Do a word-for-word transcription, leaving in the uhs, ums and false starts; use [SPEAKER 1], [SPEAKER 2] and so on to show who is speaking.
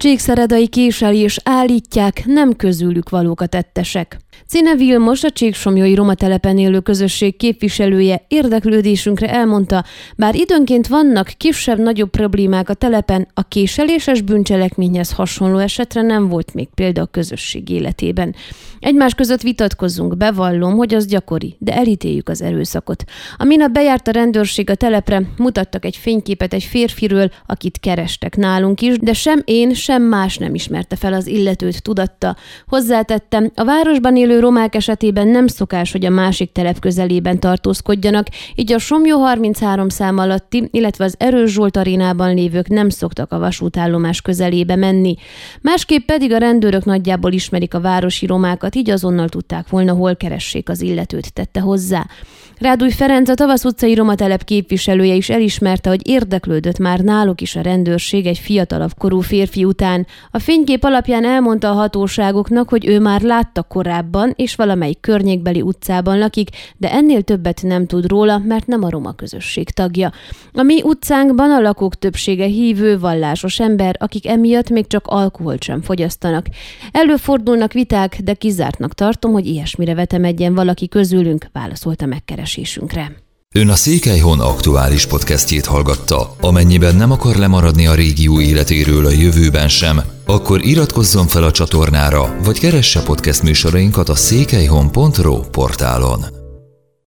[SPEAKER 1] Csíkszeredai késelés állítják, nem közülük valók a tettesek. Czine Vilmos, a csíksomlyói roma telepen élő közösség képviselője érdeklődésünkre elmondta, bár időnként vannak kisebb-nagyobb problémák a telepen, a késeléses bűncselekményhez hasonló esetre nem volt még példa a közösség életében. Egymás között vitatkozzunk, bevallom, hogy az gyakori, de elítéljük az erőszakot. A minap bejárt a rendőrség a telepre, mutattak egy fényképet egy férfiről, akit kerestek nálunk is, de sem én, sem más nem ismerte fel az illetőt, tudatta. Hozzátettem, a városban élő romák esetében nem szokás, hogy a másik telep közelében tartózkodjanak, így a Somlyó harminchárom szám alatti, illetve az Erős Zsolt arénában lévők nem szoktak a vasútállomás közelébe menni. Másképp pedig a rendőrök nagyjából ismerik a városi romákat, így azonnal tudták volna, hol keressék az illetőt, tette hozzá. Rádúj Ferenc, a Tavasz utcai roma telep képviselője is elismerte, hogy érdeklődött már náluk is a rendőrség egy fiatalabb korú férfi után. A fénykép alapján elmondta a hatóságoknak, hogy ő már látta korábban, és valamelyik környékbeli utcában lakik, de ennél többet nem tud róla, mert nem a roma közösség tagja. A mi utcánkban a lakók többsége hívő, vallásos ember, akik emiatt még csak alkoholt sem fogyasztanak. Előfordulnak viták, de kizártnak tartom, hogy ilyesmire vetemedjen valaki közülünk, válaszolta megkeresésünkre.
[SPEAKER 2] Ön a Székelyhon aktuális podcastjét hallgatta. Amennyiben nem akar lemaradni a régió életéről a jövőben sem, akkor iratkozzon fel a csatornára, vagy keresse podcast műsorainkat a székelyhon pont ro portálon.